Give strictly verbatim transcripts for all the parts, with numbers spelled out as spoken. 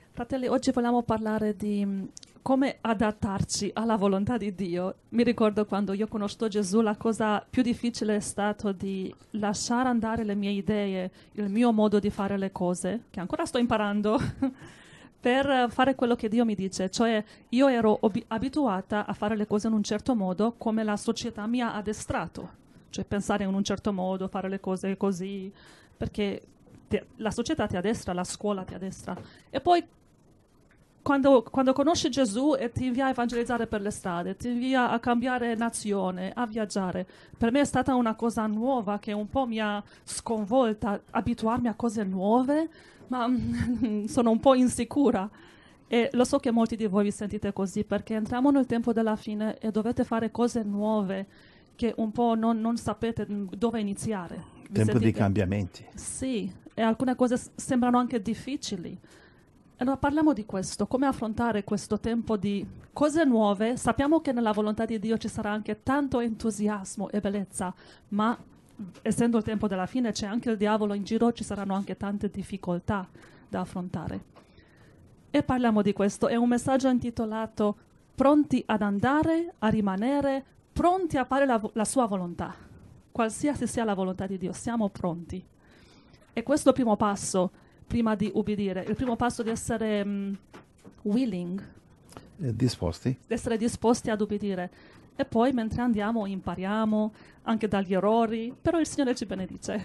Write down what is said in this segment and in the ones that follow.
Fratelli, oggi vogliamo parlare di mh, come adattarci alla volontà di Dio. Mi ricordo quando io ho conosciuto Gesù, la cosa più difficile è stato di lasciare andare le mie idee, il mio modo di fare le cose, che ancora sto imparando, per fare quello che Dio mi dice. Cioè, io ero obi- abituata a fare le cose in un certo modo, come la società mi ha addestrato. Cioè, pensare in un certo modo, fare le cose così, perché ti- la società ti addestra, la scuola ti addestra. E poi quando, quando conosci Gesù e ti invia a evangelizzare per le strade, ti invia a cambiare nazione, a viaggiare, per me è stata una cosa nuova che un po' mi ha sconvolta, abituarmi a cose nuove, ma sono un po' insicura. E lo so che molti di voi vi sentite così, perché entriamo nel tempo della fine e dovete fare cose nuove che un po' non, non sapete dove iniziare. Vi Tempo di sentite- cambiamenti. Sì, e alcune cose s- sembrano anche difficili. Allora parliamo di questo, come affrontare questo tempo di cose nuove. Sappiamo che nella volontà di Dio ci sarà anche tanto entusiasmo e bellezza, ma essendo il tempo della fine c'è anche il diavolo in giro, ci saranno anche tante difficoltà da affrontare. E parliamo di questo, è un messaggio intitolato Pronti ad andare, a rimanere, pronti a fare la, vo- la sua volontà. Qualsiasi sia la volontà di Dio, siamo pronti. E questo è il primo passo prima di ubbidire, il primo passo di essere mm, willing, Eh, disposti? di essere disposti ad ubbidire. E poi mentre andiamo impariamo anche dagli errori, però il Signore ci benedice.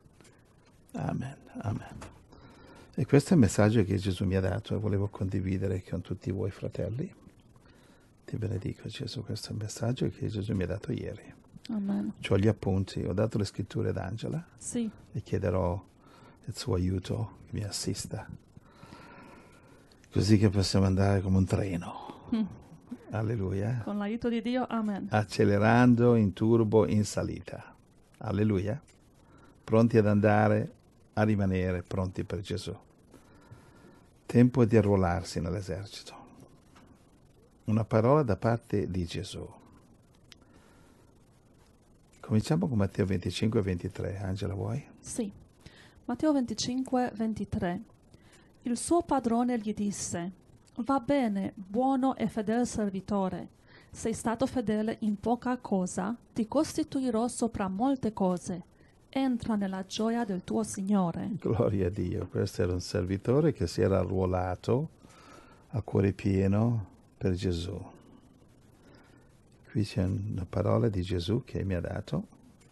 Amen, amen. E questo è il messaggio che Gesù mi ha dato e volevo condividere con tutti voi fratelli. Ti benedico Gesù, questo è il messaggio che Gesù mi ha dato ieri. Amen. Ho gli appunti, ho dato le scritture ad Angela Sì, e chiederò il suo aiuto che mi assista, così che possiamo andare come un treno. Mm. Alleluia. con l'aiuto di Dio, amen. Accelerando in turbo in salita. Alleluia. Pronti ad andare, a rimanere pronti per Gesù. Tempo di arruolarsi nell'esercito. Una parola da parte di Gesù. Cominciamo con Matteo venticinque ventitré. Angela, vuoi? Sì. Matteo venticinque ventitré. Il suo padrone gli disse: Va bene, buono e fedele servitore. Sei stato fedele in poca cosa, ti costituirò sopra molte cose. Entra nella gioia del tuo Signore. Gloria a Dio. Questo era un servitore che si era arruolato a cuore pieno per Gesù. Qui c'è una parola di Gesù che mi ha dato.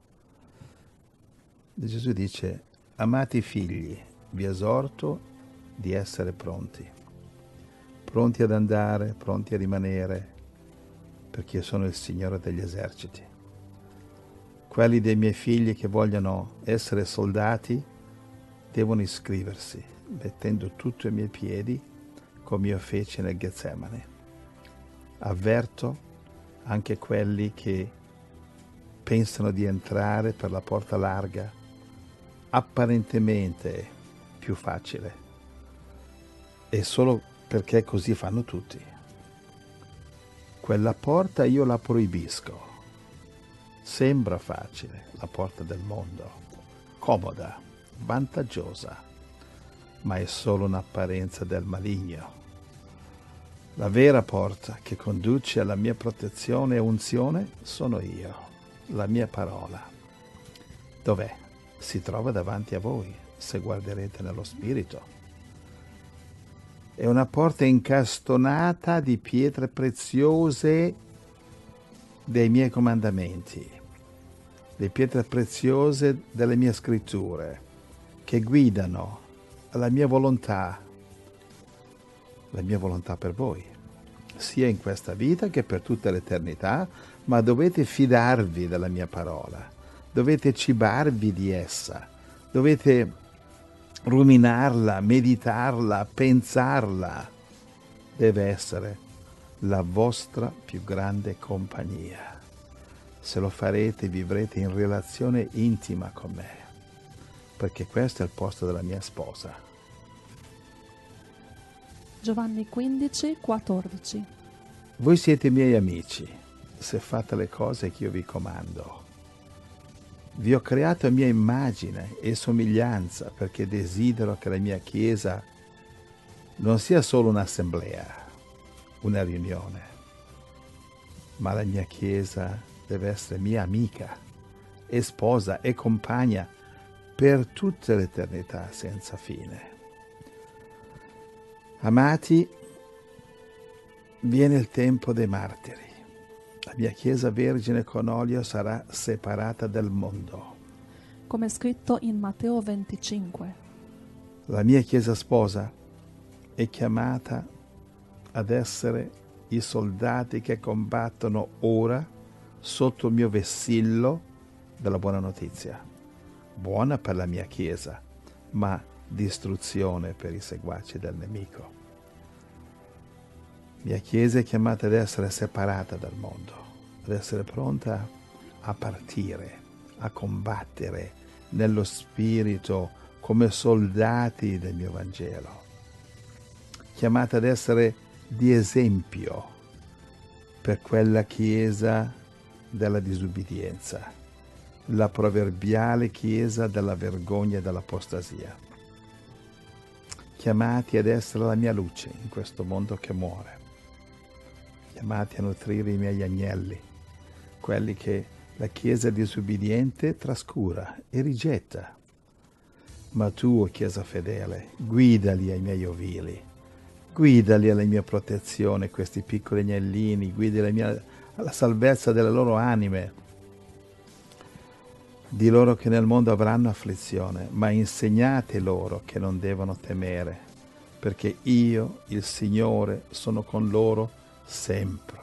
Gesù dice: amati figli, vi esorto di essere pronti. Pronti ad andare, pronti a rimanere, perché io sono il Signore degli eserciti. Quelli dei miei figli che vogliono essere soldati devono iscriversi, mettendo tutto ai miei piedi, come io feci nel Getsemane. Avverto anche quelli che pensano di entrare per la porta larga, apparentemente più facile, e solo perché così fanno tutti. Quella porta io la proibisco. Sembra facile, la porta del mondo, comoda, vantaggiosa, ma è solo un'apparenza del maligno. La vera porta che conduce alla mia protezione e unzione sono io, la mia parola. Dov'è? Si trova davanti a voi, se guarderete nello Spirito. È una porta incastonata di pietre preziose dei miei comandamenti, le pietre preziose delle mie scritture, che guidano la mia volontà, la mia volontà per voi, sia in questa vita che per tutta l'eternità, ma dovete fidarvi della mia parola, dovete cibarvi di essa, dovete ruminarla, meditarla, pensarla. Deve essere la vostra più grande compagnia. Se lo farete, vivrete in relazione intima con me, perché questo è il posto della mia sposa. Giovanni quindici quattordici. Voi siete miei amici, se fate le cose che io vi comando. Vi ho creato a mia immagine e somiglianza, perché desidero che la mia Chiesa non sia solo un'assemblea, una riunione, ma la mia Chiesa deve essere mia amica e sposa e compagna per tutta l'eternità senza fine. Amati, viene il tempo dei martiri. La mia Chiesa vergine con olio sarà separata dal mondo. Come è scritto in Matteo venticinque. La mia Chiesa sposa è chiamata ad essere i soldati che combattono ora sotto il mio vessillo della buona notizia. Buona per la mia Chiesa, ma distruzione per i seguaci del nemico. Mia Chiesa è chiamata ad essere separata dal mondo, ad essere pronta a partire, a combattere nello spirito come soldati del mio Vangelo. Chiamata ad essere di esempio per quella Chiesa della disubbidienza, la proverbiale Chiesa della vergogna e dell'apostasia. Chiamati ad essere la mia luce in questo mondo che muore. Chiamati a nutrire i miei agnelli, quelli che la Chiesa disubbidiente trascura e rigetta. Ma tu, o Chiesa fedele, guidali ai miei ovili, guidali alla mia protezione, questi piccoli agnellini, guidali alla, mia, alla salvezza delle loro anime. Di loro che nel mondo avranno afflizione, ma insegnate loro che non devono temere, perché io, il Signore, sono con loro sempre.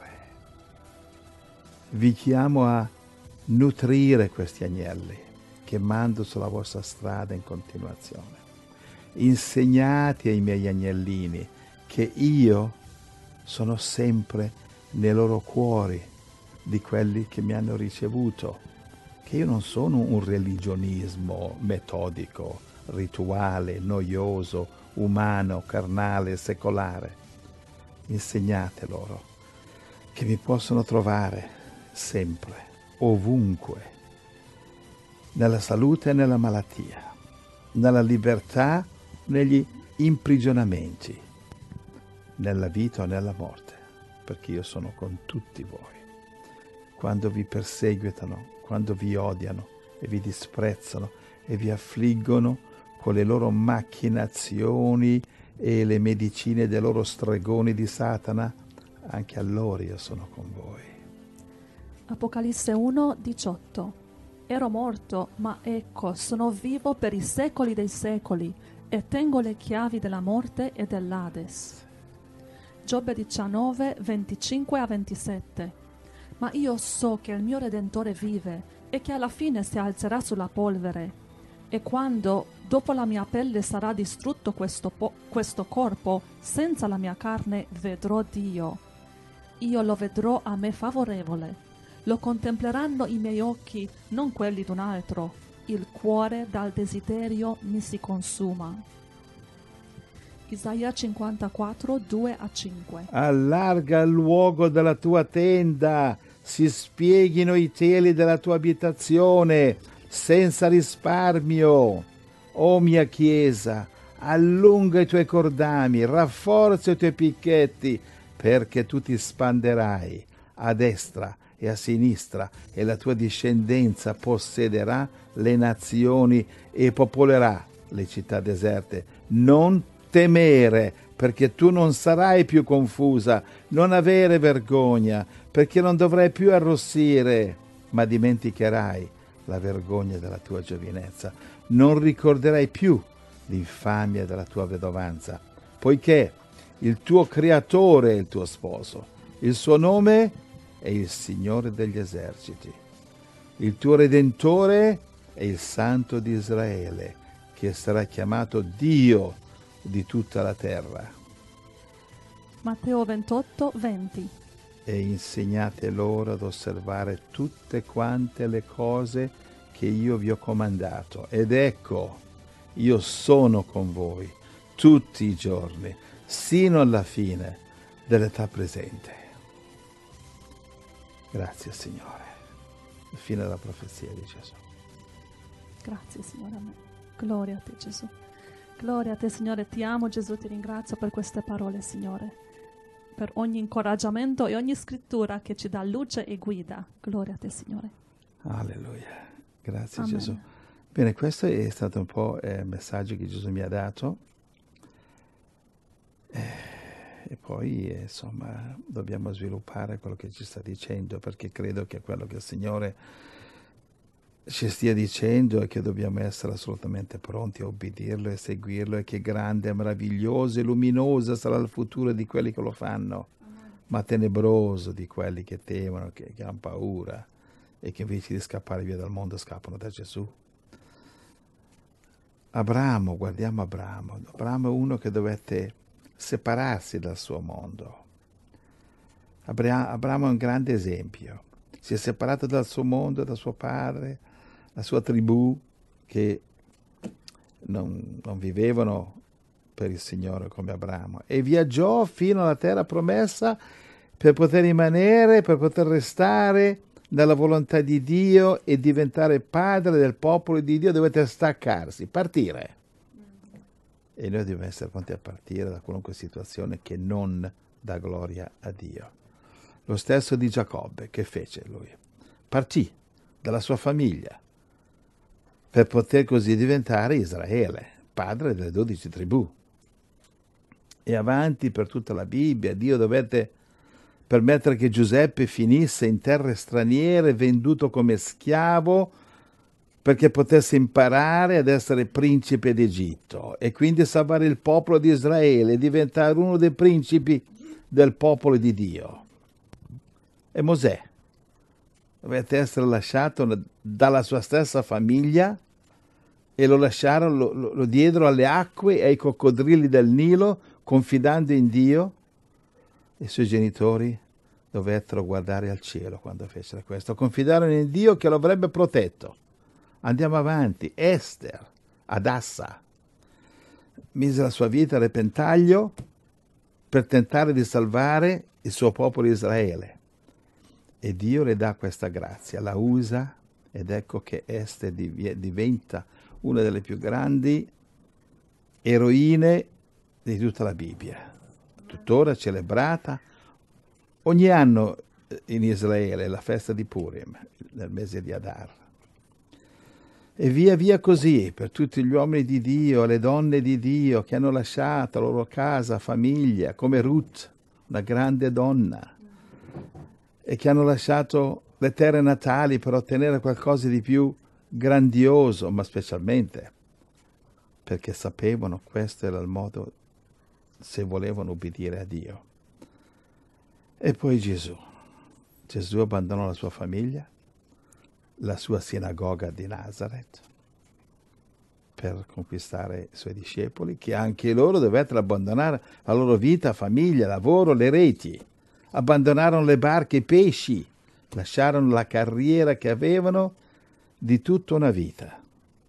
Vi chiamo a nutrire questi agnelli che mando sulla vostra strada in continuazione. Insegnate ai miei agnellini che io sono sempre nei loro cuori di quelli che mi hanno ricevuto, che io non sono un religionismo metodico, rituale, noioso, umano, carnale, secolare. Insegnate loro che mi possono trovare sempre, ovunque, nella salute e nella malattia, nella libertà, negli imprigionamenti, nella vita o nella morte, perché io sono con tutti voi. Quando vi perseguitano, quando vi odiano e vi disprezzano e vi affliggono con le loro macchinazioni e le medicine dei loro stregoni di Satana, anche allora io sono con voi. Apocalisse uno, diciotto. Ero morto, ma ecco, sono vivo per i secoli dei secoli e tengo le chiavi della morte e dell'Ades. Giobbe diciannove, venticinque a ventisette. Ma io so che il mio Redentore vive e che alla fine si alzerà sulla polvere. E quando, dopo la mia pelle, sarà distrutto questo, po- questo corpo, senza la mia carne vedrò Dio. Io lo vedrò a me favorevole. Lo contempleranno i miei occhi, non quelli d'un altro. Il cuore dal desiderio mi si consuma. Isaia cinquantaquattro, due a cinque. Allarga il luogo della tua tenda, si spieghino i teli della tua abitazione, senza risparmio. O mia Chiesa, allunga i tuoi cordami, rafforza i tuoi picchetti, perché tu ti spanderai a destra e a sinistra, e la tua discendenza possederà le nazioni e popolerà le città deserte. Non temere, perché tu non sarai più confusa, non avere vergogna, perché non dovrai più arrossire, ma dimenticherai la vergogna della tua giovinezza. Non ricorderai più l'infamia della tua vedovanza, poiché il tuo creatore è il tuo sposo, il suo nome è il Signore degli eserciti, il tuo Redentore è il Santo di Israele, che sarà chiamato Dio di tutta la terra. Matteo ventotto, venti. E insegnate loro ad osservare tutte quante le cose che io vi ho comandato. Ed ecco, io sono con voi tutti i giorni, sino alla fine dell'età presente. Grazie, Signore. Fine della profezia di Gesù. Grazie, Signore. Gloria a te, Gesù. Gloria a te, Signore, ti amo, Gesù, ti ringrazio per queste parole, Signore, per ogni incoraggiamento e ogni scrittura che ci dà luce e guida. Gloria a te, Signore. Alleluia. Grazie Amen. Gesù. Bene, questo è stato un po' eh, il messaggio che Gesù mi ha dato. Eh, e poi, eh, insomma, dobbiamo sviluppare quello che ci sta dicendo, perché credo che quello che il Signore ci stia dicendo è che dobbiamo essere assolutamente pronti a obbedirlo e seguirlo, e che grande, meraviglioso e luminoso sarà il futuro di quelli che lo fanno, ma tenebroso di quelli che temono, che, che hanno paura e che invece di scappare via dal mondo scappano da Gesù. Abramo, guardiamo Abramo. Abramo è uno che dovette separarsi dal suo mondo. Abra- Abramo è un grande esempio. Si è separato dal suo mondo, da suo padre, la sua tribù, che non, non vivevano per il Signore come Abramo, e viaggiò fino alla terra promessa per poter rimanere, per poter restare nella volontà di Dio e diventare padre del popolo di Dio. Dovete staccarsi, partire. E noi dobbiamo essere pronti a partire da qualunque situazione che non dà gloria a Dio. Lo stesso di Giacobbe, che fece lui? Partì dalla sua famiglia per poter così diventare Israele, padre delle dodici tribù. E avanti per tutta la Bibbia, Dio dovette permettere che Giuseppe finisse in terre straniere, venduto come schiavo, perché potesse imparare ad essere principe d'Egitto e quindi salvare il popolo di Israele e diventare uno dei principi del popolo di Dio. E Mosè dovette essere lasciato dalla sua stessa famiglia, e lo lasciarono, lo, lo, lo diedero alle acque e ai coccodrilli del Nilo, confidando in Dio. I suoi genitori dovettero guardare al cielo quando fecero questo, confidarono in Dio che lo avrebbe protetto. Andiamo avanti. Ester, Adassa, mise la sua vita a repentaglio per tentare di salvare il suo popolo Israele. E Dio le dà questa grazia, la usa, ed ecco che Ester diventa una delle più grandi eroine di tutta la Bibbia, tuttora celebrata ogni anno in Israele, la festa di Purim, nel mese di Adar. E via via così, per tutti gli uomini di Dio, le donne di Dio che hanno lasciato la loro casa, famiglia, come Ruth, una grande donna, e che hanno lasciato le terre natali per ottenere qualcosa di più grandioso, ma specialmente perché sapevano questo era il modo, se volevano obbedire a Dio. E poi Gesù. Gesù abbandonò la sua famiglia, la sua sinagoga di Nazareth, per conquistare i suoi discepoli, che anche loro dovettero abbandonare la loro vita, famiglia, lavoro, le reti. Abbandonarono le barche, i pesci, lasciarono la carriera che avevano di tutta una vita.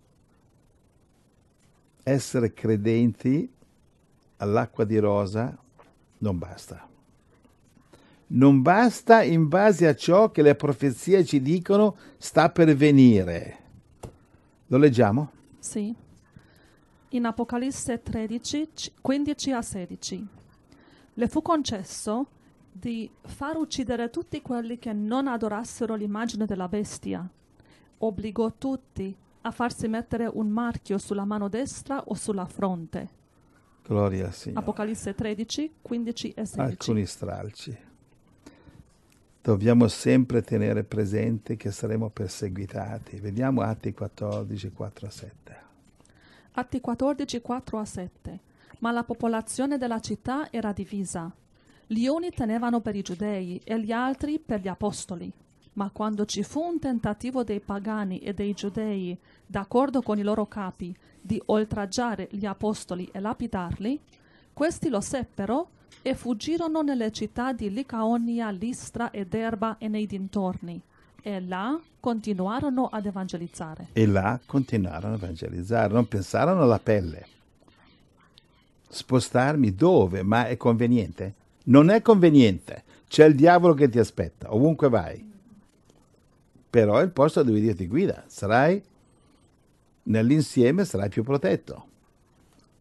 Essere credenti all'acqua di rosa non basta. Non basta in base a ciò che le profezie ci dicono sta per venire. Lo leggiamo? Sì. In Apocalisse tredici, quindici a sedici. Le fu concesso di far uccidere tutti quelli che non adorassero l'immagine della bestia. Obbligò tutti a farsi mettere un marchio sulla mano destra o sulla fronte. Gloria al Signore. Apocalisse tredici, quindici e sedici. Alcuni stralci. Dobbiamo sempre tenere presente che saremo perseguitati. Vediamo Atti quattordici, quattro a sette. Atti quattordici, quattro a sette. Ma la popolazione della città era divisa. Gli uni tenevano per i giudei e gli altri per gli apostoli. Ma quando ci fu un tentativo dei pagani e dei giudei, d'accordo con i loro capi, di oltraggiare gli apostoli e lapidarli, questi lo seppero e fuggirono nelle città di Licaonia, Listra ed Erba e nei dintorni, e là continuarono ad evangelizzare. E là continuarono ad evangelizzare, non pensarono alla pelle. Spostarmi dove? Ma è conveniente? Non è conveniente. C'è il diavolo che ti aspetta, ovunque vai. Però è il posto dove Dio ti guida. Sarai nell'insieme, sarai più protetto.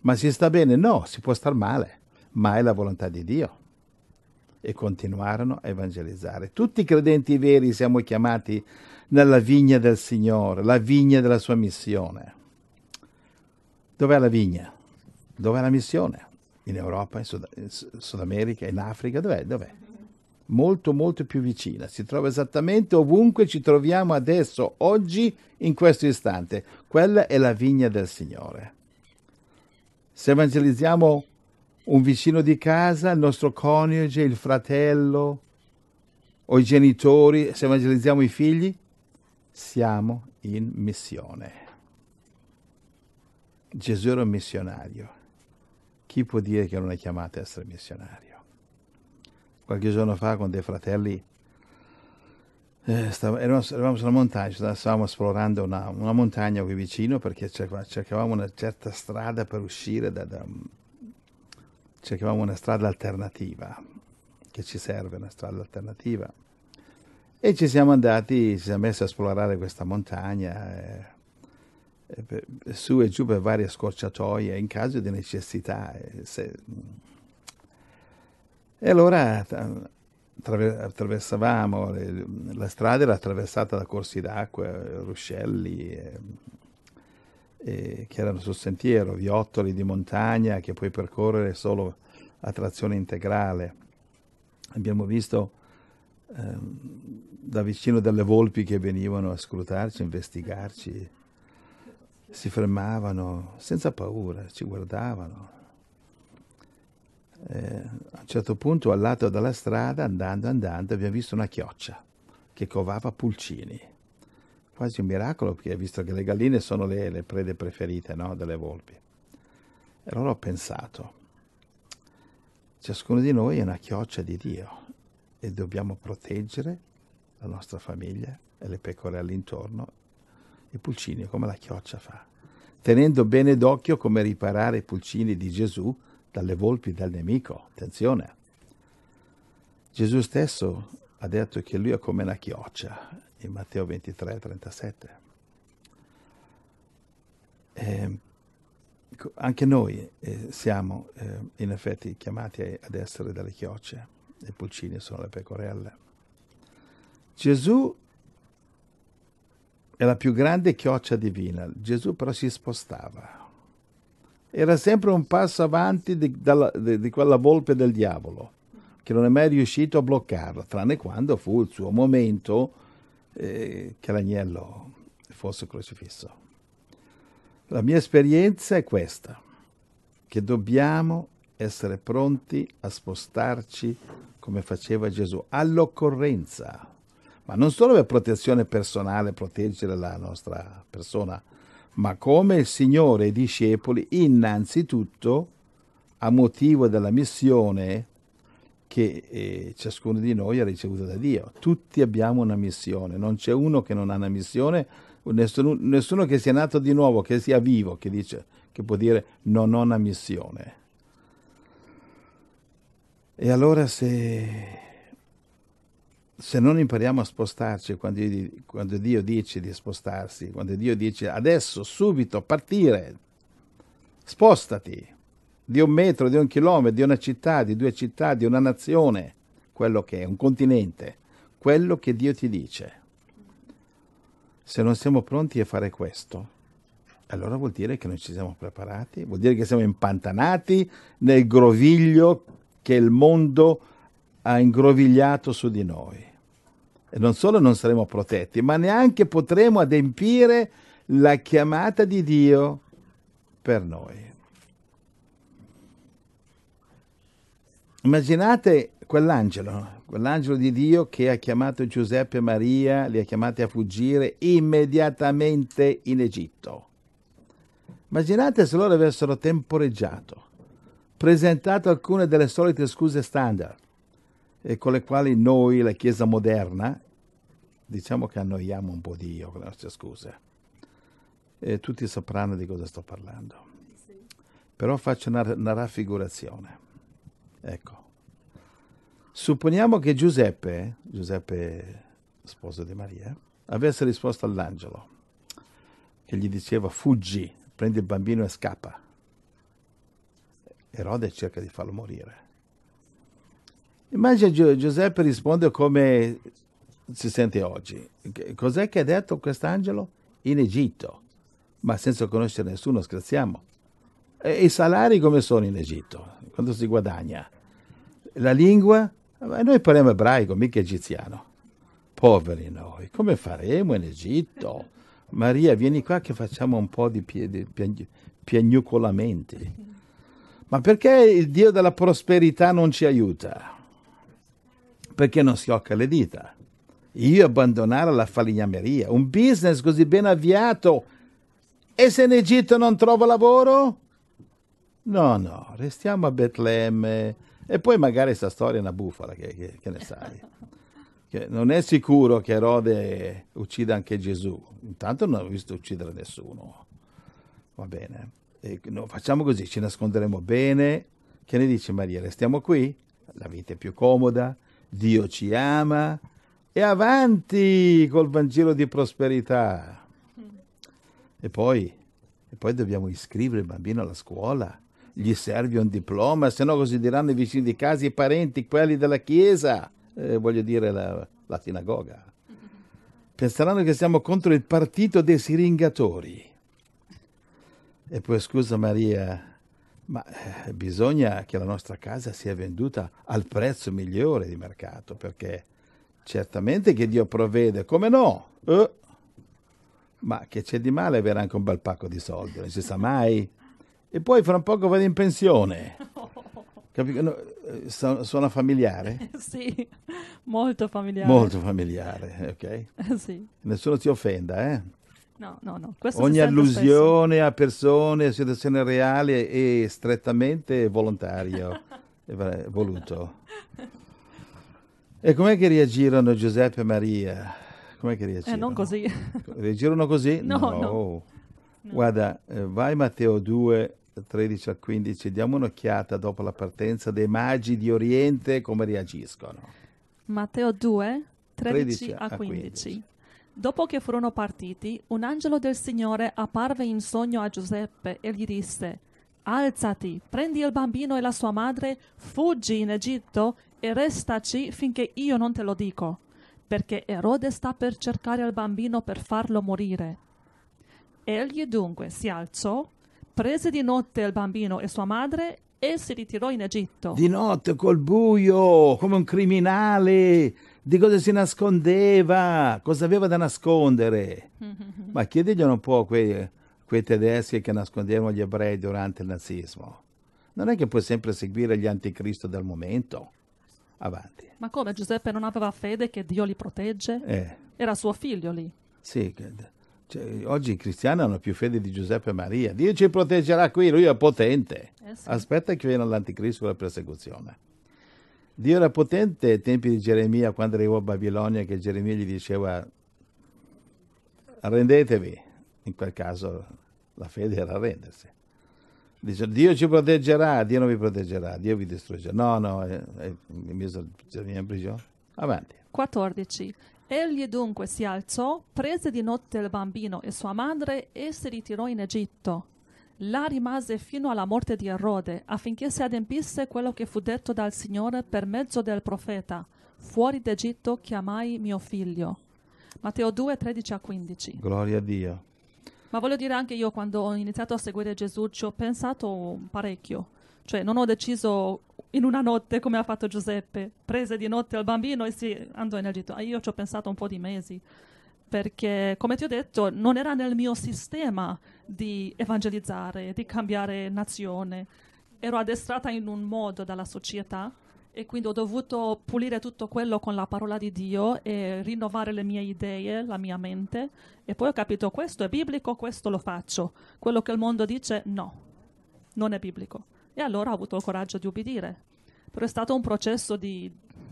Ma si sta bene? No, si può star male, ma è la volontà di Dio. E continuarono a evangelizzare. Tutti i credenti veri siamo chiamati nella vigna del Signore, la vigna della sua missione. Dov'è la vigna? Dov'è la missione? In Europa, in Sud, in Sud America, in Africa, dov'è? Dov'è? Molto, molto più vicina. Si trova esattamente ovunque ci troviamo adesso, oggi, in questo istante. Quella è la vigna del Signore. Se evangelizziamo un vicino di casa, il nostro coniuge, il fratello o i genitori, se evangelizziamo i figli, siamo in missione. Gesù era un missionario. Chi può dire che non è chiamato a essere missionario? Qualche giorno fa con dei fratelli eh, stav- eravamo, eravamo sulla montagna, stavamo esplorando una, una montagna qui vicino perché cercavamo una certa strada per uscire da, da cercavamo una strada alternativa, che ci serve una strada alternativa. E ci siamo andati, ci siamo messi a esplorare questa montagna, eh, eh, per, su e giù per varie scorciatoie, in caso di necessità. Eh, se... E allora attraver- attraversavamo, le, la strada era attraversata da corsi d'acqua, ruscelli, eh, eh, che erano sul sentiero, viottoli di montagna che puoi percorrere solo a trazione integrale. Abbiamo visto eh, da vicino delle volpi che venivano a scrutarci, a investigarci, si fermavano senza paura, ci guardavano. Eh, a un certo punto al lato della strada, andando, andando, abbiamo visto una chioccia che covava pulcini. Quasi un miracolo, perché visto che le galline sono le, le prede preferite, no, delle volpi. E allora ho pensato, ciascuno di noi è una chioccia di Dio e dobbiamo proteggere la nostra famiglia e le pecore all'intorno, i pulcini come la chioccia fa, tenendo bene d'occhio come riparare i pulcini di Gesù dalle volpi del nemico. Attenzione, Gesù stesso ha detto che lui è come una chioccia in Matteo ventitré trentasette. E anche noi eh, siamo eh, in effetti chiamati ad essere delle chiocce, i pulcini sono le pecorelle. Gesù è la più grande chioccia divina, Gesù però si spostava, era sempre un passo avanti di, dalla, di, di quella volpe del diavolo, che non è mai riuscito a bloccarla, tranne quando fu il suo momento eh, che l'agnello fosse crocifisso. La mia esperienza è questa, che dobbiamo essere pronti a spostarci come faceva Gesù, all'occorrenza, ma non solo per protezione personale, proteggere la nostra persona, ma come il Signore e i discepoli, innanzitutto a motivo della missione che eh, ciascuno di noi ha ricevuto da Dio. Tutti abbiamo una missione, non c'è uno che non ha una missione, nessuno, nessuno che sia nato di nuovo, che sia vivo, che dice, che può dire non ho una missione. E allora se, se non impariamo a spostarci quando, quando Dio dice di spostarsi, quando Dio dice adesso, subito, partire, spostati, di un metro, di un chilometro, di una città, di due città, di una nazione, quello che è, un continente, quello che Dio ti dice. Se non siamo pronti a fare questo, allora vuol dire che non ci siamo preparati, vuol dire che siamo impantanati nel groviglio che il mondo ha ingrovigliato su di noi. E non solo non saremo protetti, ma neanche potremo adempiere la chiamata di Dio per noi. Immaginate quell'angelo, quell'angelo di Dio che ha chiamato Giuseppe e Maria, li ha chiamati a fuggire immediatamente in Egitto. Immaginate se loro avessero temporeggiato, presentato alcune delle solite scuse standard, e con le quali noi, la Chiesa moderna, diciamo che annoiamo un po' Dio con le nostre scuse. E tutti sapranno di cosa sto parlando. Però faccio una, una raffigurazione. Ecco, supponiamo che Giuseppe, Giuseppe sposo di Maria, avesse risposto all'angelo che gli diceva fuggi, prendi il bambino e scappa. Erode cerca di farlo morire. Immagina Gio- Giuseppe risponde come si sente oggi. Che- Cos'è che ha detto quest'angelo? In Egitto, ma senza conoscere nessuno, scherziamo. E i salari come sono in Egitto? Quando si guadagna? La lingua? Ma noi parliamo ebraico, mica egiziano. Poveri noi, come faremo in Egitto? Maria, vieni qua che facciamo un po' di, pie- di piagn- piagnucolamenti. Ma perché il Dio della prosperità non ci aiuta? Perché non schiocca le dita. Io abbandonare la falegnameria, un business così ben avviato, e se in Egitto non trovo lavoro? No, no, restiamo a Betlemme. E poi magari sta storia è una bufala, che, che- che ne sai? Che non è sicuro che Erode uccida anche Gesù. Intanto non ho visto uccidere nessuno. Va bene. E no, facciamo così, ci nasconderemo bene. Che ne dice Maria? Restiamo qui? La vita è più comoda, Dio ci ama. E avanti col Vangelo di prosperità. E poi, e poi dobbiamo iscrivere il bambino alla scuola. Gli serve un diploma, se no così diranno i vicini di casa, i parenti, quelli della chiesa, eh, voglio dire la, la sinagoga. Penseranno che siamo contro il partito dei siringatori. E poi scusa Maria, ma eh, bisogna che la nostra casa sia venduta al prezzo migliore di mercato, perché certamente che Dio provvede, come no? Eh, ma che c'è di male avere anche un bel pacco di soldi, non si sa mai. E poi fra un poco vado in pensione. Capi- no, eh, su- suona familiare? Sì, molto familiare. Molto familiare, ok? Eh, sì. Nessuno si offenda, eh? No, no, no. Questo Ogni si sente spesso. allusione a persone, situazione reale è strettamente volontario, è va- voluto. E com'è che reagirono Giuseppe e Maria? Com'è che reagirono? Eh, non così. Reagirono così? No, no. Guarda, eh, vai Matteo due, tredici al quindici, diamo un'occhiata dopo la partenza dei magi di Oriente come reagiscono. Matteo due, tredici tredici a a quindici. quindici. Dopo che furono partiti, un angelo del Signore apparve in sogno a Giuseppe e gli disse: Alzati, prendi il bambino e la sua madre, fuggi in Egitto e restaci finché io non te lo dico, perché Erode sta per cercare il bambino per farlo morire. Egli dunque si alzò, prese di notte il bambino e sua madre e si ritirò in Egitto. Di notte col buio, come un criminale. Di cosa si nascondeva? Cosa aveva da nascondere? Ma chiediglielo un po' a quei, quei tedeschi che nascondevano gli ebrei durante il nazismo. Non è che puoi sempre seguire gli anticristo del momento. Avanti. Ma come, Giuseppe non aveva fede che Dio li protegge? Eh, Era suo figlio lì. sì, che- cioè, oggi i cristiani hanno più fede di Giuseppe e Maria. Dio ci proteggerà qui, lui è potente. Eh sì. Aspetta che viene l'anticristo con la persecuzione. Dio era potente ai tempi di Geremia, quando arrivò a Babilonia, che Geremia gli diceva arrendetevi. In quel caso la fede era arrendersi. Dice Dio ci proteggerà, Dio non vi proteggerà, Dio vi distruggerà. No, no, è, è, mi mise Geremia in prigione. Avanti. quattordici. Egli dunque si alzò, prese di notte il bambino e sua madre e si ritirò in Egitto. Là rimase fino alla morte di Erode, affinché si adempisse quello che fu detto dal Signore per mezzo del profeta: fuori d'Egitto chiamai mio figlio. Matteo due, tredici a quindici. Gloria a Dio. Ma voglio dire, anche io quando ho iniziato a seguire Gesù ci ho pensato parecchio. Cioè non ho deciso in una notte come ha fatto Giuseppe, prese di notte il bambino e si andò in Egitto. Io ci ho pensato un po' di mesi, perché come ti ho detto non era nel mio sistema di evangelizzare, di cambiare nazione. Ero addestrata in un modo dalla società e quindi ho dovuto pulire tutto quello con la parola di Dio e rinnovare le mie idee, la mia mente, e poi ho capito questo è biblico, questo lo faccio. Quello che il mondo dice no, non è biblico. E allora ho avuto il coraggio di ubbidire. Però è stato un processo di,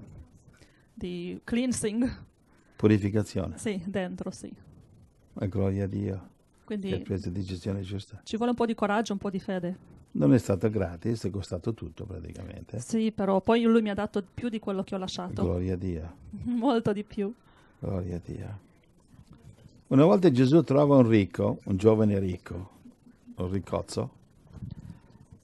di cleansing. Purificazione. Sì, dentro, sì. Ma gloria a Dio. Quindi Che ha preso decisione giusta. ci vuole un po' di coraggio, un po' di fede. Non è stato gratis, è costato tutto praticamente. Sì, però poi lui mi ha dato più di quello che ho lasciato. Gloria a Dio. Molto di più. Gloria a Dio. Una volta Gesù trova un ricco, un giovane ricco, un riccozzo,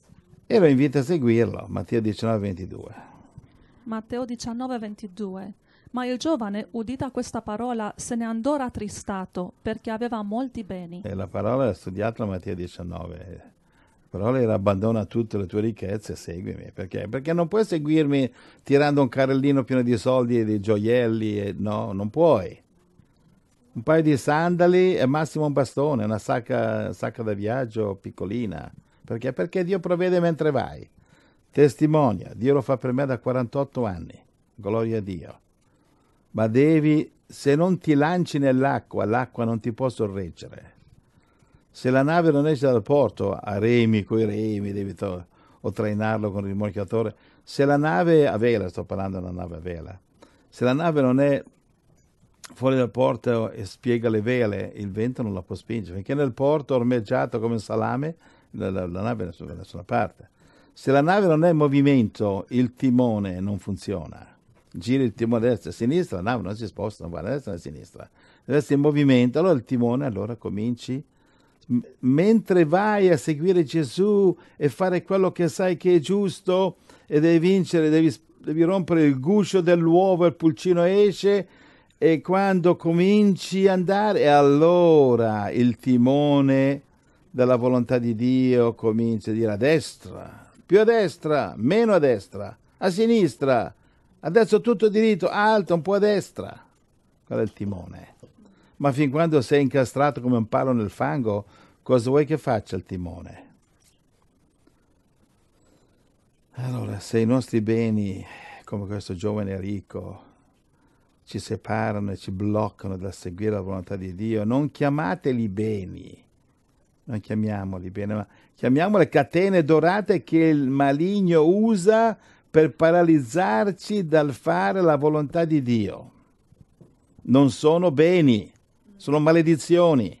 E lo invita a seguirlo, Matteo diciannove ventidue. Matteo diciannove ventidue. Ma il giovane, udita questa parola, se ne andò rattristato, perché aveva molti beni. E la parola è studiata a Matteo diciannove. La parola era: abbandona tutte le tue ricchezze e seguimi. Perché? Perché non puoi seguirmi tirando un carrellino pieno di soldi e di gioielli. E no, non puoi. Un paio di sandali e massimo un bastone, una sacca, sacca da viaggio piccolina. Perché? Perché Dio provvede mentre vai. Testimonia, Dio lo fa per me da quarantotto anni. Gloria a Dio. Ma devi, se non ti lanci nell'acqua, l'acqua non ti può sorreggere. Se la nave non esce dal porto, a remi, coi remi, devi to- o trainarlo con il rimorchiatore. Se la nave a vela, sto parlando di una nave a vela, se la nave non è fuori dal porto e spiega le vele, il vento non la può spingere, perché nel porto ormeggiato come un salame, la, la, la nave non è da nessuna parte. Se la nave non è in movimento, il timone non funziona. Gira il timone a destra e a sinistra, la nave non si sposta, non va a destra né a sinistra. Deve essere in movimento, allora il timone, allora cominci. M- mentre vai a seguire Gesù e fare quello che sai che è giusto e devi vincere, devi, devi rompere il guscio dell'uovo, il pulcino esce, e quando cominci ad andare, allora il timone della volontà di Dio comincia a dire: a destra, più a destra, meno a destra, a sinistra, adesso tutto diritto, alto, un po' a destra. Quello è il timone. Ma fin quando sei incastrato come un palo nel fango, cosa vuoi che faccia il timone? Allora, se i nostri beni, come questo giovane ricco, ci separano e ci bloccano dal seguire la volontà di Dio, non chiamateli beni, non chiamiamoli beni, ma chiamiamole catene dorate che il maligno usa per paralizzarci dal fare la volontà di Dio. Non sono beni, sono maledizioni.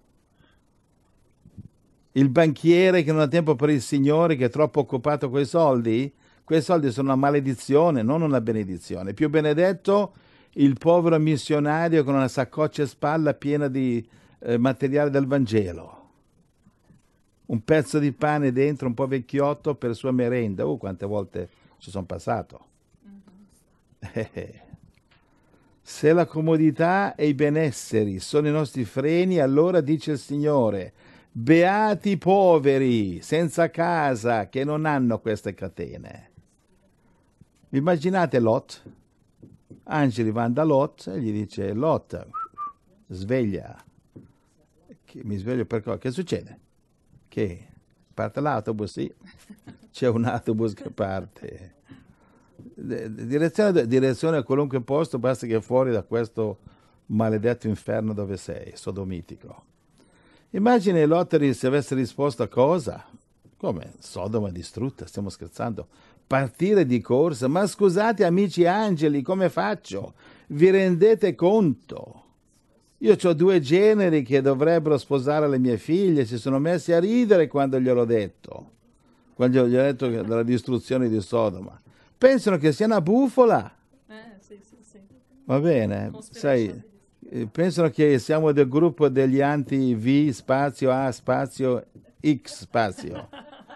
Il banchiere che non ha tempo per il Signore, che è troppo occupato con i soldi, quei soldi sono una maledizione, non una benedizione. Più benedetto il povero missionario con una saccoccia in spalla piena di eh, materiale del Vangelo. Un pezzo di pane dentro, un po' vecchiotto per sua merenda. Uh, quante volte ci sono passato. Mm-hmm. Se la comodità e i benesseri sono i nostri freni, allora dice il Signore: beati i poveri, senza casa, che non hanno queste catene. Immaginate Lot. Angeli vanno da Lot e gli dice: Lot, sveglia. Che, mi sveglio per cosa? Che succede? Che parte l'autobus? Sì, c'è un autobus che parte. Direzione, direzione a qualunque posto, basta che fuori da questo maledetto inferno dove sei, sodomitico. Immagini Lot se avesse risposto a cosa? Come? Sodoma distrutta, stiamo scherzando. Partire di corsa? Ma scusate amici angeli, come faccio? Vi rendete conto? Io ho due generi che dovrebbero sposare le mie figlie, si sono messi a ridere quando gliel'ho detto, quando gli ho detto della distruzione di Sodoma. Pensano che sia una bufola. Eh, sì, sì, sì. Va bene, sai, pensano che siamo del gruppo degli anti-V spazio A spazio X spazio.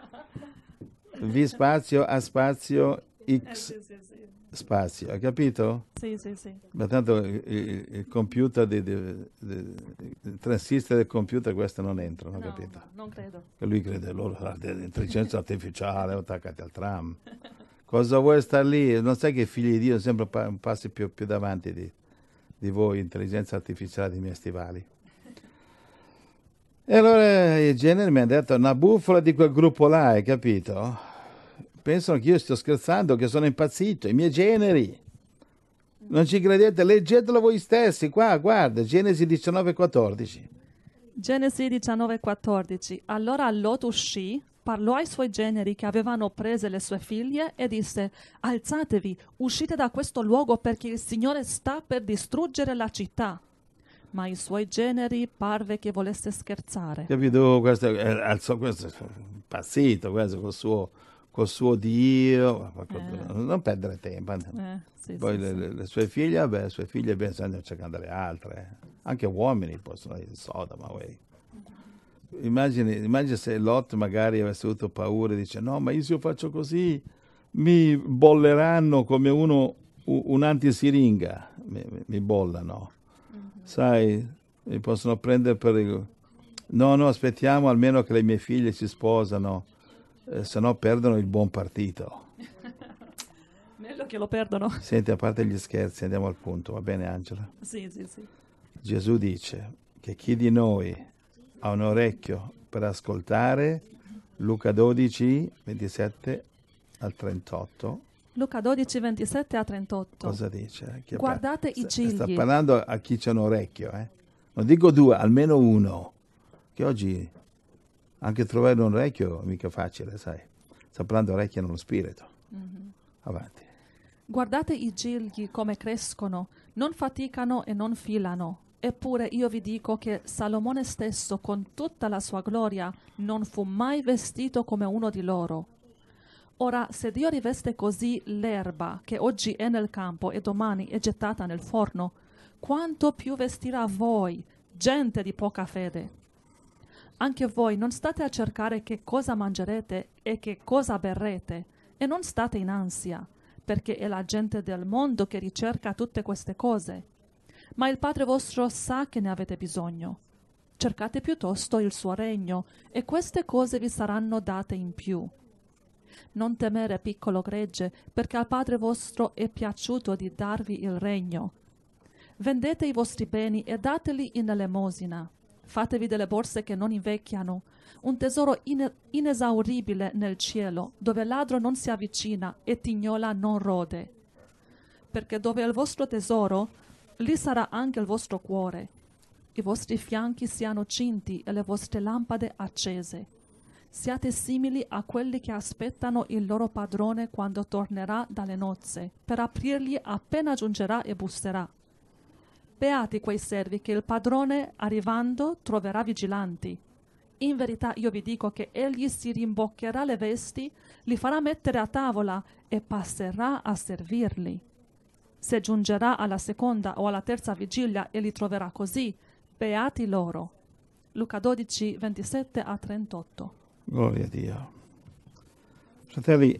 V spazio A spazio X eh, sì, sì, sì. spazio, hai capito? Sì, sì, sì. Ma tanto il, il, il computer, di, di, di, il transistor del computer, questo non entra, non No, capito? no, non credo. Che lui crede loro l'intelligenza artificiale, attaccati al tram. Cosa vuoi stare lì? Non sai che i figli di Dio sono sempre un passo più, più davanti di, di voi, intelligenza artificiale dei miei stivali. E allora il genere mi ha detto: una bufala di quel gruppo là, hai capito? Pensano che io sto scherzando, che sono impazzito, i miei generi. Non ci credete? Leggetelo voi stessi, qua, guarda, Genesi diciannove quattordici. Genesi diciannove quattordici. Allora Lot uscì, parlò ai suoi generi che avevano prese le sue figlie e disse: alzatevi, uscite da questo luogo perché il Signore sta per distruggere la città. Ma i suoi generi parve che volesse scherzare. Capito? Questo, eh, alzò questo, impazzito, questo col suo, col suo Dio. Eh. Non perdere tempo. Eh, sì, Poi sì, le, sì. le, le sue figlie, vabbè, le sue figlie ben stanno cercando le altre. Anche uomini possono dire Sodoma, wey. immagini, immagini se Lot magari avesse avuto paura e dice no, ma io se io faccio così mi bolleranno come uno, un antisiringa, mi, mi bollano, mm-hmm. Sai, mi possono prendere per il... No, no, aspettiamo almeno che le mie figlie si sposano, eh, se no perdono il buon partito. Meglio che lo perdono. Senti, a parte gli scherzi, andiamo al punto, va bene Angela? Sì, sì, sì. Gesù dice che chi di noi ha un orecchio per ascoltare, Luca dodici, ventisette al trentotto. Luca dodici, ventisette a trentotto. Cosa dice? Che Guardate sta, i gigli. Sta parlando a chi c'è un orecchio, eh? Non dico due, almeno uno. Che oggi anche trovare un orecchio è mica facile, sai. Sta parlando orecchio nello spirito. Mm-hmm. Avanti. Guardate i gigli come crescono, non faticano e non filano. Eppure io vi dico che Salomone stesso, con tutta la sua gloria, non fu mai vestito come uno di loro. Ora, se Dio riveste così l'erba che oggi è nel campo e domani è gettata nel forno, quanto più vestirà voi, gente di poca fede. Anche voi non state a cercare che cosa mangerete e che cosa berrete, e non state in ansia, perché è la gente del mondo che ricerca tutte queste cose. Ma il Padre vostro sa che ne avete bisogno. Cercate piuttosto il suo regno, e queste cose vi saranno date in più. Non temere, piccolo gregge, perché al Padre vostro è piaciuto di darvi il regno. Vendete i vostri beni e dateli in elemosina. Fatevi delle borse che non invecchiano, un tesoro in- inesauribile nel cielo, dove ladro non si avvicina e tignola non rode. Perché dove è il vostro tesoro, lì sarà anche il vostro cuore. I vostri fianchi siano cinti e le vostre lampade accese. Siate simili a quelli che aspettano il loro padrone quando tornerà dalle nozze, per aprirgli appena giungerà e busserà. Beati quei servi che il padrone, arrivando, troverà vigilanti. In verità io vi dico che egli si rimboccherà le vesti, li farà mettere a tavola e passerà a servirli. Se giungerà alla seconda o alla terza vigilia e li troverà così, beati loro. Luca dodici, ventisette a trentotto. Gloria a Dio. Fratelli,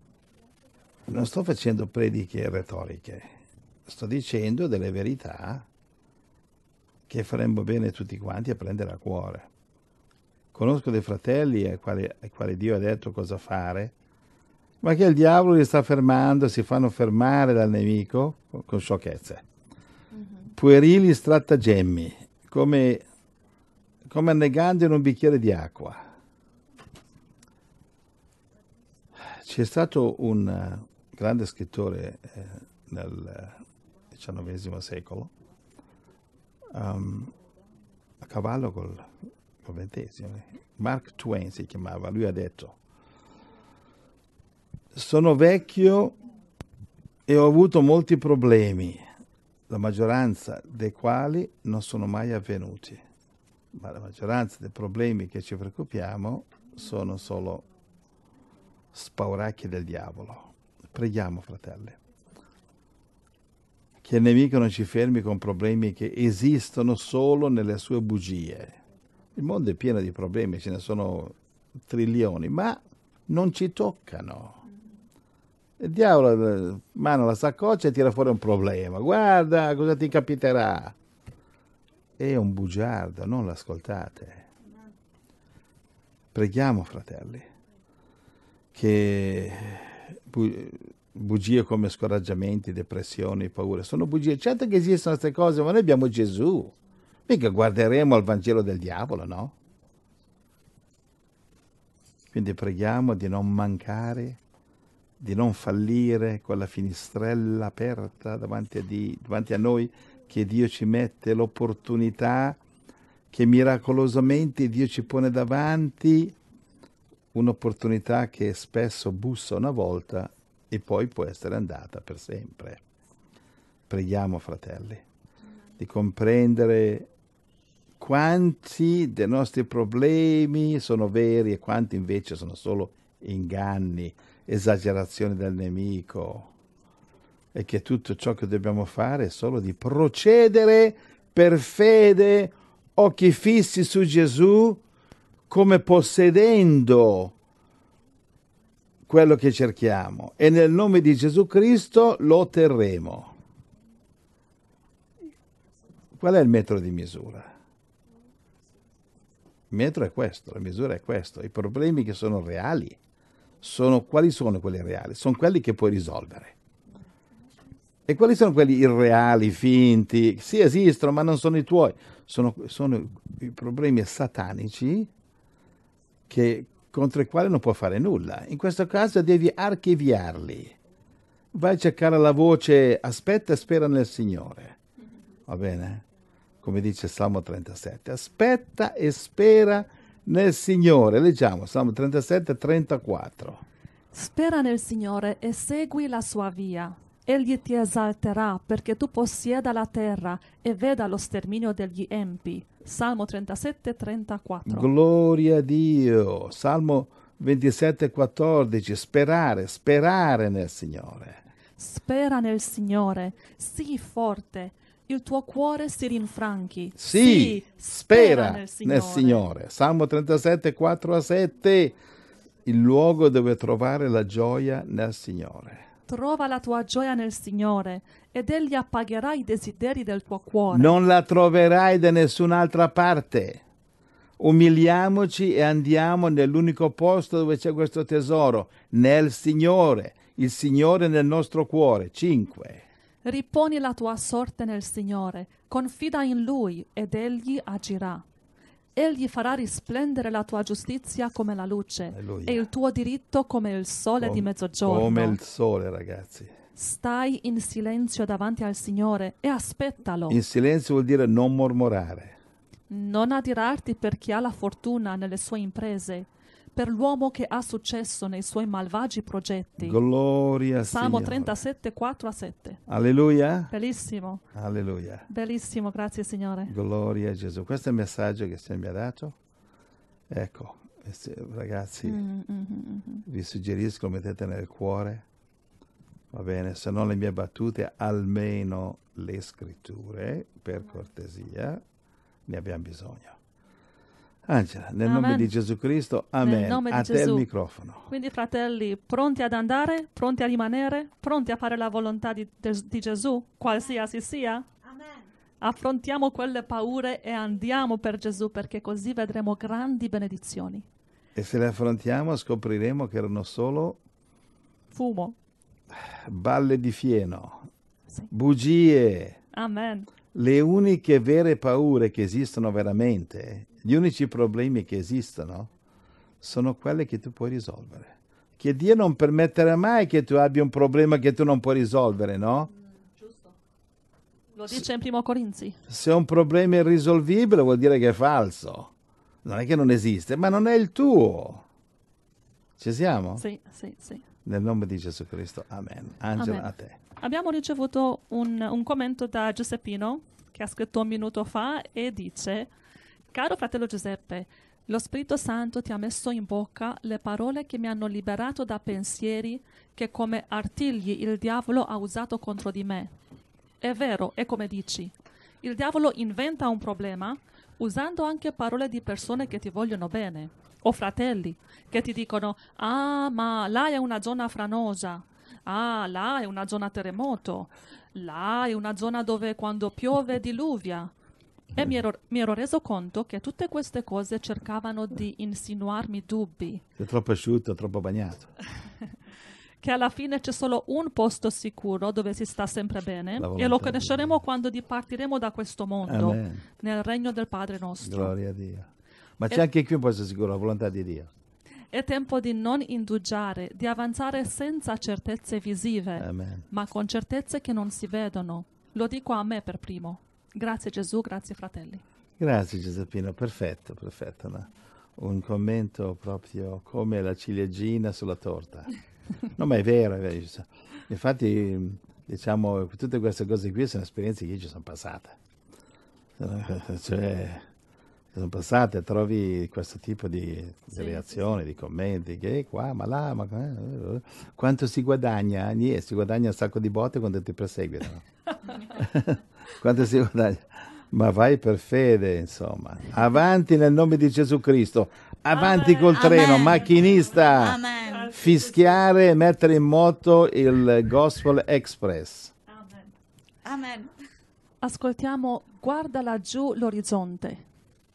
non sto facendo prediche retoriche, sto dicendo delle verità che faremmo bene tutti quanti a prendere a cuore. Conosco dei fratelli ai quali, ai quali Dio ha detto cosa fare, ma che il diavolo li sta fermando, si fanno fermare dal nemico con, con sciocchezze. Mm-hmm. Puerili stratagemmi, come, come annegando in un bicchiere di acqua. C'è stato un uh, grande scrittore eh, nel diciannovesimo secolo, um, a cavallo col, col ventesimo, Mark Twain si chiamava, lui ha detto: sono vecchio e ho avuto molti problemi, la maggioranza dei quali non sono mai avvenuti, ma la maggioranza dei problemi che ci preoccupiamo sono solo spauracchi del diavolo. Preghiamo, fratelli, che il nemico non ci fermi con problemi che esistono solo nelle sue bugie. Il mondo è pieno di problemi, ce ne sono trilioni, ma non ci toccano. Il diavolo mano la saccoccia e tira fuori un problema. Guarda cosa ti capiterà. È un bugiardo, non l'ascoltate. Preghiamo, fratelli, che bu- bugie come scoraggiamenti, depressioni, paure sono bugie. Certo che esistono queste cose, ma noi abbiamo Gesù. Mica guarderemo al Vangelo del diavolo, no? Quindi preghiamo di non mancare, di non fallire con la finestrella aperta davanti a, di, davanti a noi, che Dio ci mette l'opportunità, che miracolosamente Dio ci pone davanti, un'opportunità che spesso bussa una volta e poi può essere andata per sempre. Preghiamo, fratelli, di comprendere quanti dei nostri problemi sono veri e quanti invece sono solo inganni, esagerazioni del nemico, e che tutto ciò che dobbiamo fare è solo di procedere per fede, occhi fissi su Gesù, come possedendo quello che cerchiamo e nel nome di Gesù Cristo lo otterremo. Qual è il metro di misura? Il metro è questo, la misura è questo. I problemi che sono reali, sono, quali sono quelli reali? Sono quelli che puoi risolvere. E quali sono quelli irreali, finti? Sì, esistono, ma non sono i tuoi. Sono, sono i problemi satanici che, contro i quali non puoi fare nulla. In questo caso devi archiviarli. Vai a cercare la voce, aspetta e spera nel Signore. Va bene? Come dice Salmo trentasette. Aspetta e spera nel Signore. Leggiamo Salmo trentasette, trentaquattro. Spera nel Signore e segui la sua via. Egli ti esalterà perché tu possieda la terra e veda lo sterminio degli empi. Salmo trentasette, trentaquattro. Gloria a Dio. Salmo ventisette, quattordici. Sperare, sperare nel Signore. Spera nel Signore, sii forte, il tuo cuore si rinfranchi. Sì, sì spera, spera nel nel Signore. Signore. nel Signore. Salmo trentasette, quattro a sette. Il luogo dove trovare la gioia nel Signore. Trova la tua gioia nel Signore ed Egli appagherà i desideri del tuo cuore. Non la troverai da nessun'altra parte. Umiliamoci e andiamo nell'unico posto dove c'è questo tesoro, nel Signore. Il Signore nel nostro cuore. cinque. Riponi la tua sorte nel Signore, confida in Lui ed Egli agirà. Egli farà risplendere la tua giustizia come la luce Alleluia. e il tuo diritto come il sole Com- di mezzogiorno. Come il sole, ragazzi. Stai in silenzio davanti al Signore e aspettalo. In silenzio vuol dire non mormorare. Non adirarti per chi ha la fortuna nelle sue imprese, per l'uomo che ha successo nei suoi malvagi progetti. Gloria al Salmo Signore. trentasette, quattro a sette. Alleluia. Bellissimo, Alleluia. bellissimo, grazie Signore. Gloria a Gesù. Questo è il messaggio che il Signore mi ha dato. Ecco, eh, se- ragazzi, Mm, mm, mm, mm. vi suggerisco, lo mettete nel cuore. Va bene, se non le mie battute, almeno le scritture, per cortesia, ne abbiamo bisogno. Angela, nel Amen. nome di Gesù Cristo, amen. nome di A te Gesù. il microfono. Quindi fratelli, pronti ad andare, pronti a rimanere, pronti a fare la volontà di, di Gesù, qualsiasi sia? Affrontiamo quelle paure e andiamo per Gesù perché così vedremo grandi benedizioni. E se le affrontiamo scopriremo che erano solo Fumo. balle di fieno, Sì. bugie. Amen. Le uniche vere paure che esistono veramente, gli unici problemi che esistono, sono quelle che tu puoi risolvere. Che Dio non permetterà mai che tu abbia un problema che tu non puoi risolvere, no? Giusto. Lo dice in Primo Corinzi. Se un problema è irrisolvibile vuol dire che è falso. Non è che non esiste, ma non è il tuo. Ci siamo? Sì, sì, sì. Nel nome di Gesù Cristo, amen. Angela, Amen. a te. Abbiamo ricevuto un, un commento da Giuseppino che ha scritto un minuto fa e dice: caro fratello Giuseppe, lo Spirito Santo ti ha messo in bocca le parole che mi hanno liberato da pensieri che come artigli il diavolo ha usato contro di me. È vero, è come dici. Il diavolo inventa un problema usando anche parole di persone che ti vogliono bene, o fratelli, che ti dicono: ah, ma là è una zona franosa, ah, là è una zona terremoto, là è una zona dove quando piove diluvia. E mi ero, mi ero reso conto che tutte queste cose cercavano di insinuarmi dubbi, Sei troppo asciutto, troppo bagnato. che alla fine c'è solo un posto sicuro dove si sta sempre bene, La e volontà lo di conosceremo Dio. quando dipartiremo da questo mondo, Amen. nel regno del Padre nostro. Gloria a Dio. Ma c'è E- anche qui un posto sicuro, la volontà di Dio. È tempo di non indugiare, di avanzare senza certezze visive, Amen. ma con certezze che non si vedono. Lo dico a me per primo. Grazie Gesù, grazie fratelli. Grazie Giuseppino, perfetto, perfetto. no? Un commento proprio come la ciliegina sulla torta. No, ma è vero, è vero. Infatti, diciamo, tutte queste cose qui sono esperienze che io ci sono passate. Cioè, sono passate, trovi questo tipo di, di Sì, reazioni, di commenti, che qua, ma là, ma qua. Quanto si guadagna? Niente, si guadagna un sacco di botte quando ti perseguitano. Quanto si guadagna? Ma vai per fede, insomma. Avanti nel nome di Gesù Cristo. Avanti col treno, Amen. macchinista. Amen. Fischiare e mettere in moto il Gospel Express. Amen. Amen. Ascoltiamo Guarda laggiù l'orizzonte.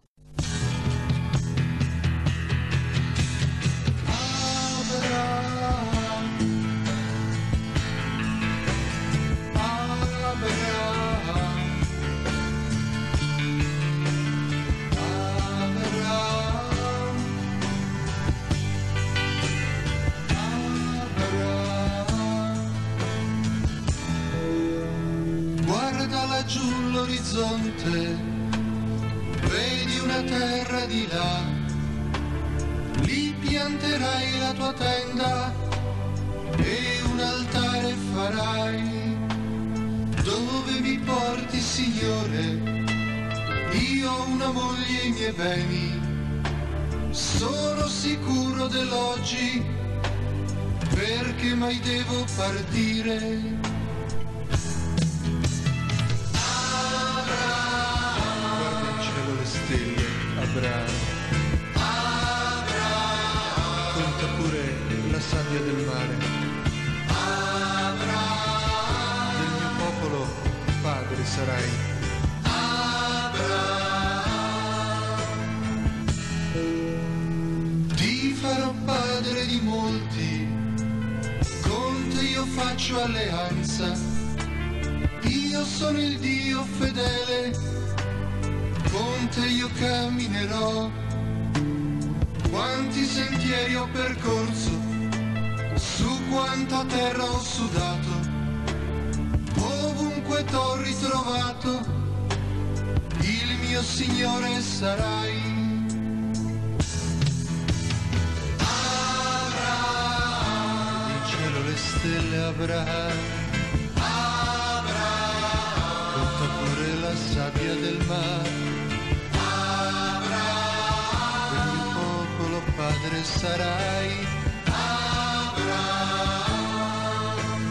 Guarda laggiù l'orizzonte, vedi una terra di là, lì pianterai la tua tenda e un altare farai, dove mi porti, Signore, io ho una moglie e i miei beni, sono sicuro dell'oggi, perché mai devo partire. Stelle, Abramo. Abramo. Conta pure la sabbia del mare. Abramo. Del mio popolo padre sarai. Abramo. Ti farò padre di molti, con te io faccio alleanza. Io sono il Dio fedele, con te io camminerò, quanti sentieri ho percorso, su quanta terra ho sudato, ovunque t'ho ritrovato, il mio Signore sarai. Abramo. In cielo le stelle Abramo. Abramo. Conta pure la sabbia del mare. Padre sarai. Abramo.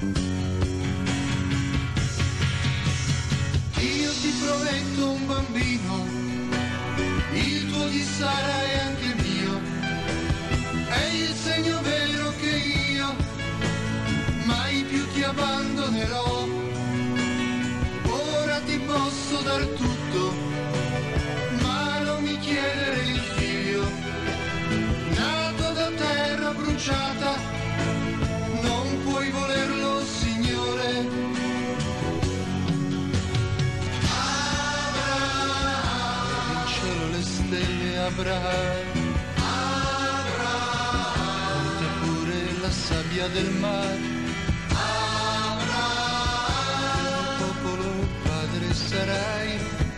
Io ti prometto un bambino, il tuo di Sara è anche mio, è il segno vero che io mai più ti abbandonerò. Ora ti posso dar tutto, ma non mi chiedere il figlio nato da terra bruciata, non puoi volerlo, Signore. Abramo. In cielo le stelle Abramo. Abramo. Conta pure la sabbia del mare. Abramo. Il popolo padre sarai.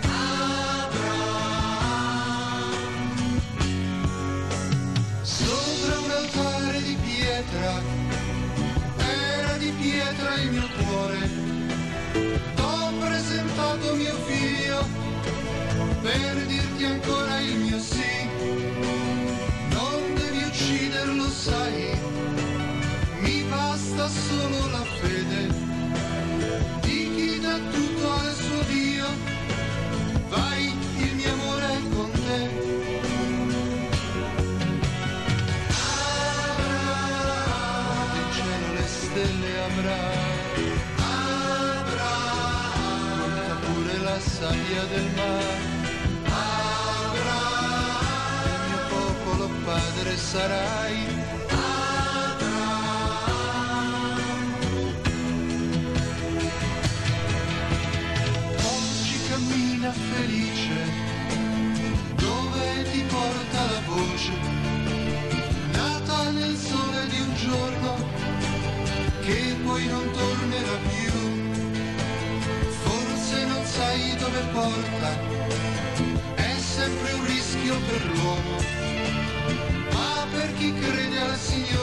Era di pietra il mio cuore, t'ho presentato mio figlio, per dirti ancora il mio sì, non devi ucciderlo sai, mi basta solo la fede, di chi dà tutto al suo Dio, vai, il mio amore è con te. Stelle Abramo. Abramo. Conta pure la sabbia del mare. Abramo. Il mio popolo padre sarai. Abramo. Oggi cammina felice, dove ti porta la voce, nata nel sole di un giorno che poi non tornerà più, forse non sai dove porta, è sempre un rischio per l'uomo, ma per chi crede al Signore